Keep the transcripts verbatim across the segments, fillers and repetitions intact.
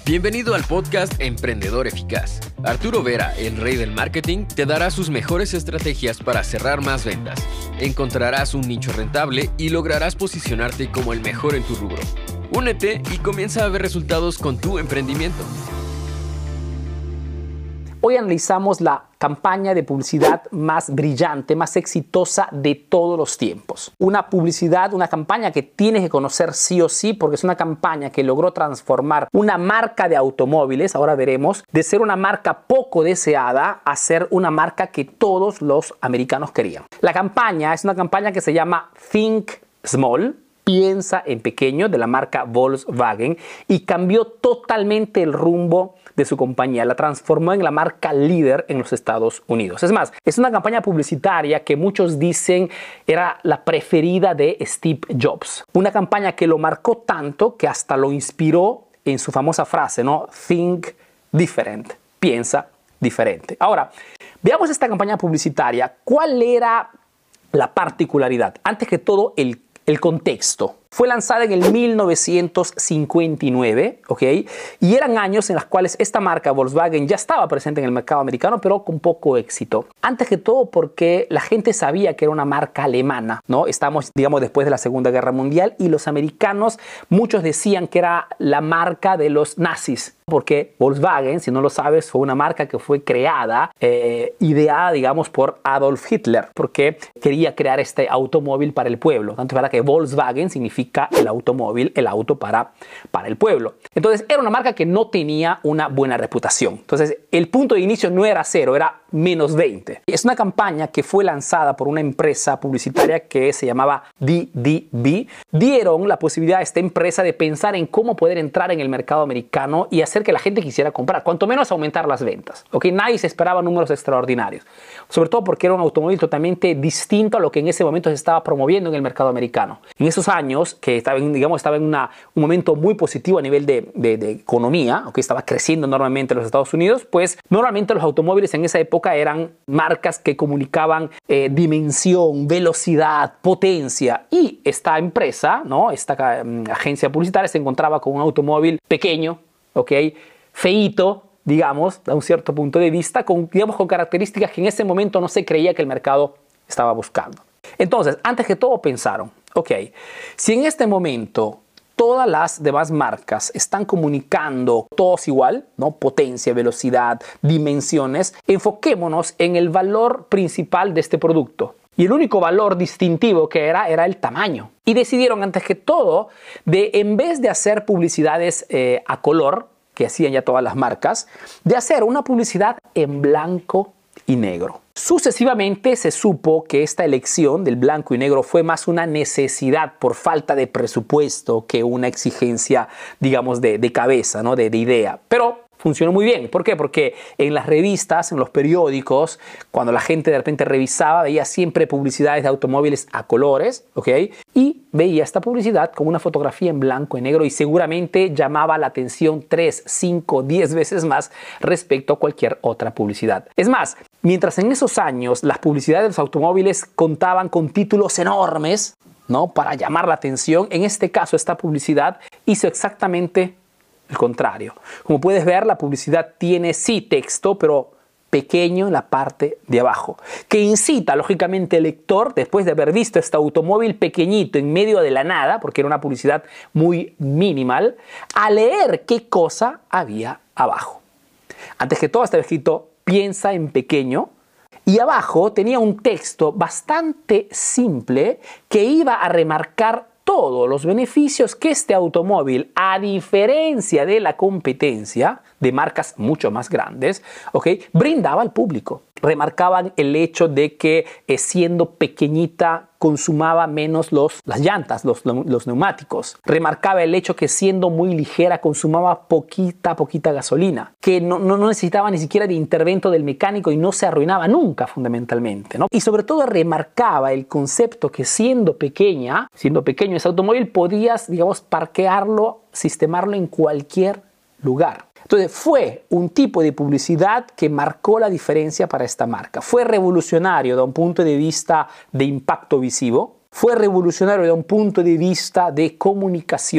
Bienvenido al podcast Emprendedor Eficaz. Arturo Vera, el rey del marketing, te dará sus mejores estrategias para cerrar más ventas. Encontrarás un nicho rentable y lograrás posicionarte como el mejor en tu rubro. Únete y comienza a ver resultados con tu emprendimiento. Hoy analizamos la campaña de publicidad más brillante, más exitosa de todos los tiempos. Una publicidad, una campaña que tienes que conocer sí o sí, porque es una campaña que logró transformar una marca de automóviles, ahora veremos, de ser una marca poco deseada a ser una marca que todos los americanos querían. La campaña es una campaña que se llama Think Small, piensa en pequeño, de la marca Volkswagen, y cambió totalmente el rumbo de su compañía, la transformó en la marca líder en los Estados Unidos. Es más, es una campaña publicitaria que muchos dicen era la preferida de Steve Jobs. Una campaña que lo marcó tanto que hasta lo inspiró en su famosa frase, ¿no? Think different, piensa diferente. Ahora, veamos esta campaña publicitaria. ¿Cuál era la particularidad? Antes que todo, el, el contexto. Fue lanzada en el mil novecientos cincuenta y nueve, ¿ok? Y eran años en los cuales esta marca Volkswagen ya estaba presente en el mercado americano, pero con poco éxito. Antes que todo porque la gente sabía que era una marca alemana, ¿no? Estamos, digamos, después de la Segunda Guerra Mundial y los americanos, muchos decían que era la marca de los nazis. Porque Volkswagen, si no lo sabes, fue una marca que fue creada, eh, ideada, digamos, por Adolf Hitler, porque quería crear este automóvil para el pueblo. Tanto es verdad que Volkswagen significa el automóvil, el auto para, para el pueblo. Entonces era una marca que no tenía una buena reputación. Entonces el punto de inicio no era cero, era menos veinte. Es una campaña que fue lanzada por una empresa publicitaria que se llamaba D D B. Dieron la posibilidad a esta empresa de pensar en cómo poder entrar en el mercado americano y hacer que la gente quisiera comprar, cuanto menos aumentar las ventas. ¿Okay? Nadie se esperaba números extraordinarios, sobre todo porque era un automóvil totalmente distinto a lo que en ese momento se estaba promoviendo en el mercado americano. En esos años, que estaba en, digamos, estaba en una, un momento muy positivo a nivel de, de, de economía, ¿okay? Estaba creciendo enormemente en los Estados Unidos, pues normalmente los automóviles en esa época eran marcas que comunicaban eh, dimensión, velocidad, potencia, y esta empresa, ¿no? Esta um, agencia publicitaria se encontraba con un automóvil pequeño, ¿ok? Feíto, digamos, de un cierto punto de vista, con, digamos, con características que en ese momento no se creía que el mercado estaba buscando. Entonces, antes que todo pensaron, ok, si en este momento todas las demás marcas están comunicando todos igual, ¿no? Potencia, velocidad, dimensiones, enfoquémonos en el valor principal de este producto. Y el único valor distintivo que era, era el tamaño. Y decidieron antes que todo, de en vez de hacer publicidades eh, a color, que hacían ya todas las marcas, de hacer una publicidad en blanco y negro. Sucesivamente se supo que esta elección del blanco y negro fue más una necesidad por falta de presupuesto que una exigencia, digamos, de, de cabeza, ¿no? de, de idea. Pero funcionó muy bien. ¿Por qué? Porque en las revistas, en los periódicos, cuando la gente de repente revisaba, veía siempre publicidades de automóviles a colores, ¿ok? Y veía esta publicidad con una fotografía en blanco y negro y seguramente llamaba la atención tres, cinco, diez veces más respecto a cualquier otra publicidad. Es más, mientras en esos años las publicidades de los automóviles contaban con títulos enormes, ¿no? Para llamar la atención, en este caso esta publicidad hizo exactamente el contrario. Como puedes ver, la publicidad tiene sí texto, pero pequeño en la parte de abajo, que incita lógicamente al lector, después de haber visto este automóvil pequeñito en medio de la nada, porque era una publicidad muy minimal, a leer qué cosa había abajo. Antes que todo estaba escrito piensa en pequeño, y abajo tenía un texto bastante simple que iba a remarcar todos los beneficios que este automóvil, a diferencia de la competencia de marcas mucho más grandes, ¿okay? brindaba al público. Remarcaban el hecho de que eh, siendo pequeñita consumaba menos los, las llantas, los, los neumáticos. Remarcaba el hecho que siendo muy ligera consumaba poquita, poquita gasolina. Que no, no, no necesitaba ni siquiera de intervento del mecánico y no se arruinaba nunca fundamentalmente, ¿no? Y sobre todo remarcaba el concepto que siendo pequeña, siendo pequeño ese automóvil, podías, digamos, parquearlo, sistemarlo en cualquier lugar. Entonces fue un tipo de publicidad que marcó la diferencia para esta marca. Fue revolucionario desde un punto de vista de impacto visivo, fue revolucionario desde un punto de vista de comunicación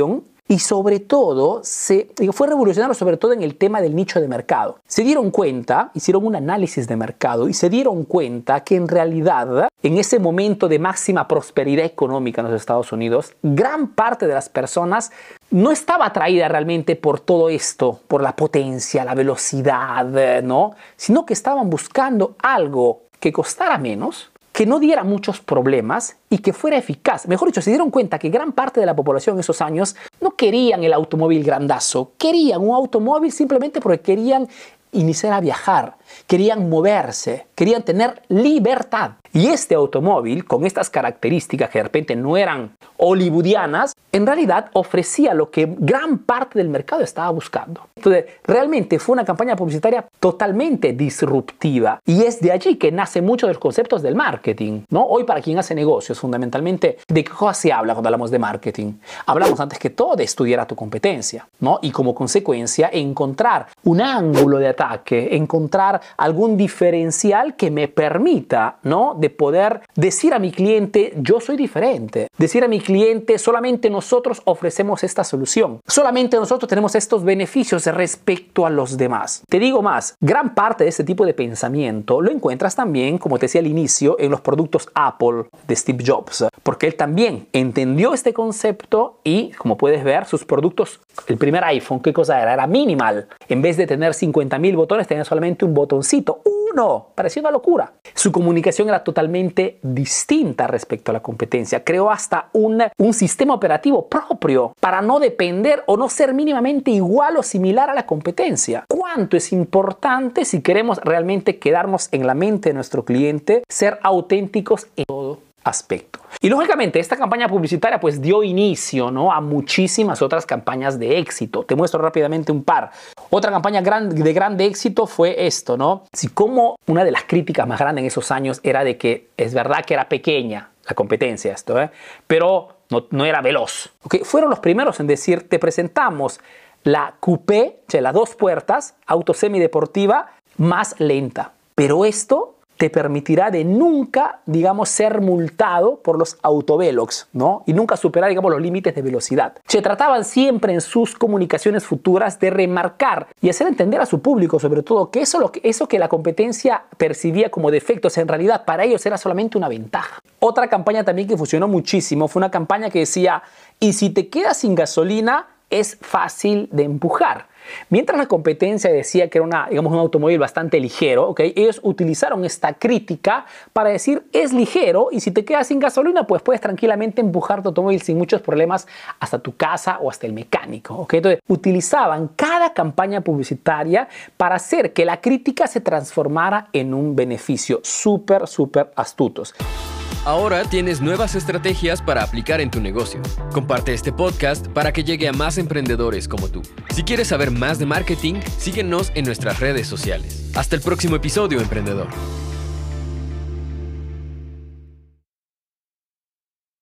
y sobre todo se, fue revolucionario sobre todo en el tema del nicho de mercado. Se dieron cuenta, hicieron un análisis de mercado y se dieron cuenta que en realidad en ese momento de máxima prosperidad económica en los Estados Unidos, gran parte de las personas no estaba atraída realmente por todo esto, por la potencia, la velocidad, ¿no? Sino que estaban buscando algo que costara menos, que no diera muchos problemas y que fuera eficaz. Mejor dicho, se dieron cuenta que gran parte de la población en esos años no querían el automóvil grandazo, querían un automóvil simplemente porque querían iniciar a viajar, querían moverse, querían tener libertad. Y este automóvil, con estas características que de repente no eran hollywoodianas, en realidad ofrecía lo que gran parte del mercado estaba buscando. Entonces, realmente fue una campaña publicitaria totalmente disruptiva. Y es de allí que nace mucho de los conceptos del marketing, ¿no? Hoy, para quien hace negocios, fundamentalmente, ¿de qué cosa se habla cuando hablamos de marketing? Hablamos antes que todo de estudiar a tu competencia, ¿no? Y como consecuencia, encontrar un ángulo de ataque, encontrar algún diferencial que me permita, ¿no?, de poder decir a mi cliente, yo soy diferente. Decir a mi cliente, solamente nosotros ofrecemos esta solución. Solamente nosotros tenemos estos beneficios respecto a los demás. Te digo más, gran parte de este tipo de pensamiento lo encuentras también, como te decía al inicio, en los productos Apple de Steve Jobs. Porque él también entendió este concepto y, como puedes ver, sus productos, el primer iPhone, ¿qué cosa era? Era minimal. En vez de tener cincuenta mil botones, tenía solamente un botoncito. Uno. Parecía una locura. Su comunicación era totalmente distinta respecto a la competencia. Creó hasta un, un sistema operativo propio para no depender o no ser mínimamente igual o similar a la competencia. ¿Cuánto es importante si queremos realmente quedarnos en la mente de nuestro cliente, ser auténticos en todo aspecto? Y lógicamente esta campaña publicitaria pues dio inicio, ¿no?, a muchísimas otras campañas de éxito. Te muestro rápidamente un par. Otra campaña gran, de grande éxito fue esto, ¿no? Si como una de las críticas más grandes en esos años era de que es verdad que era pequeña la competencia esto, ¿eh? Pero no, no era veloz. ¿Okay? Fueron los primeros en decir, te presentamos la coupé, o sea, las dos puertas, auto semideportiva, más lenta. Pero esto te permitirá de nunca, digamos, ser multado por los autovelox, ¿no? Y nunca superar, digamos, los límites de velocidad. Se trataban siempre en sus comunicaciones futuras de remarcar y hacer entender a su público, sobre todo, que eso, lo que, eso que la competencia percibía como defectos, en realidad para ellos era solamente una ventaja. Otra campaña también que funcionó muchísimo fue una campaña que decía, y si te quedas sin gasolina, es fácil de empujar. Mientras la competencia decía que era una, digamos, un automóvil bastante ligero, ¿okay?, ellos utilizaron esta crítica para decir es ligero y si te quedas sin gasolina pues puedes tranquilamente empujar tu automóvil sin muchos problemas hasta tu casa o hasta el mecánico. ¿Okay? Entonces utilizaban cada campaña publicitaria para hacer que la crítica se transformara en un beneficio. Súper, súper astutos. Ahora tienes nuevas estrategias para aplicar en tu negocio. Comparte este podcast para que llegue a más emprendedores como tú. Si quieres saber más de marketing, síguenos en nuestras redes sociales. Hasta el próximo episodio, emprendedor.